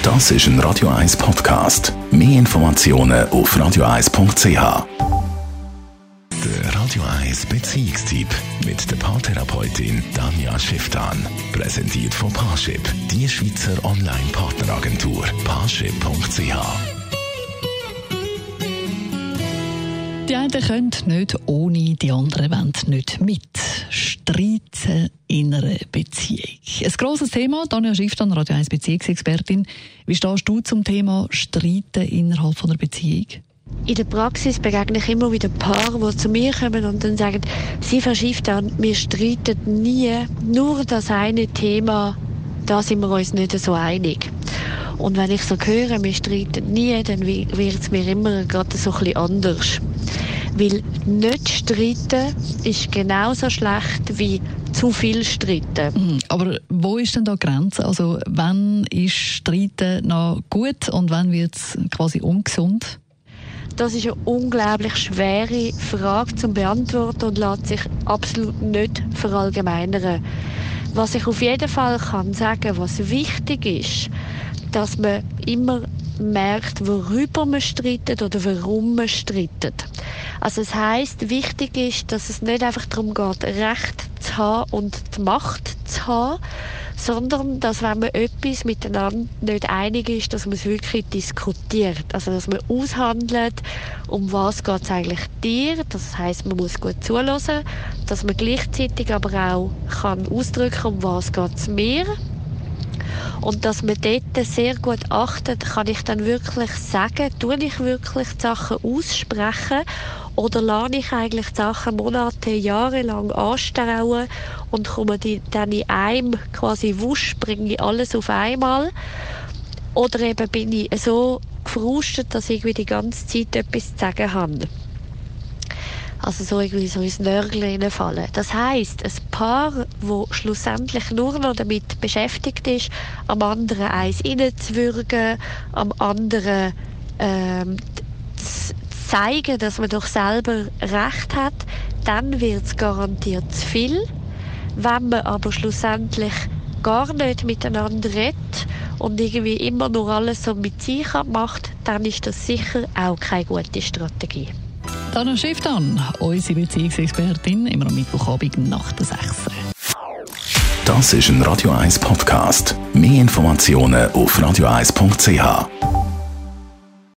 Das ist ein Radio 1 Podcast. Mehr Informationen auf radio1.ch. Der Radio 1 Beziehungstyp mit der Paartherapeutin Danja Schifftan. Präsentiert von Parship, die Schweizer Online-Partneragentur. Parship.ch. Die einen können nicht ohne, die anderen wollen nicht mit. Streiten in einer Beziehung. Ein grosses Thema. Danja Schifftan, Radio 1 Beziehungsexpertin. Wie stehst du zum Thema Streiten innerhalb einer Beziehung? In der Praxis begegne ich immer wieder Paare, die zu mir kommen und dann sagen, sie Frau Schifftan, wir streiten nie, nur das eine Thema, da sind wir uns nicht so einig. Und wenn ich so höre, wir streiten nie, dann wird es mir immer gerade so ein bisschen anders. Weil nicht streiten ist genauso schlecht wie zu viel streiten. Aber wo ist denn da die Grenze? Also wann ist Streiten noch gut und wann wird es quasi ungesund? Das ist eine unglaublich schwere Frage zu beantworten und lässt sich absolut nicht verallgemeinern. Was ich auf jeden Fall kann sagen, was wichtig ist, dass man immer merkt, worüber man streitet oder warum man streitet. Also es heisst, wichtig ist, dass es nicht einfach darum geht, Recht zu haben und die Macht zu haben, sondern dass, wenn man etwas miteinander nicht einig ist, dass man es wirklich diskutiert. Also dass man aushandelt, um was geht es eigentlich dir. Das heisst, man muss gut zuhören, dass man gleichzeitig aber auch kann ausdrücken, um was geht es mir. Und dass man dort sehr gut achtet, kann ich dann wirklich sagen, tue ich wirklich die Sachen aussprechen oder lasse ich eigentlich die Sachen Monate, Jahre lang anstauen und komme dann in einem quasi wusch, bringe ich alles auf einmal. Oder eben bin ich so gefrustet, dass ich irgendwie die ganze Zeit etwas zu sagen habe. Also so irgendwie so ins Nörgel reinfallen. Das heisst, ein Paar, das schlussendlich nur noch damit beschäftigt ist, am anderen eins reinzuwürgen, am anderen zu zeigen, dass man doch selber Recht hat, dann wird es garantiert zu viel. Wenn man aber schlussendlich gar nicht miteinander redet und irgendwie immer nur alles so mit sich macht, dann ist das sicher auch keine gute Strategie. Danja Schifftan, unsere Beziehungsexpertin, immer am Mittwochabend nach der 6. Das ist ein Radio 1 Podcast. Mehr Informationen auf radio1.ch.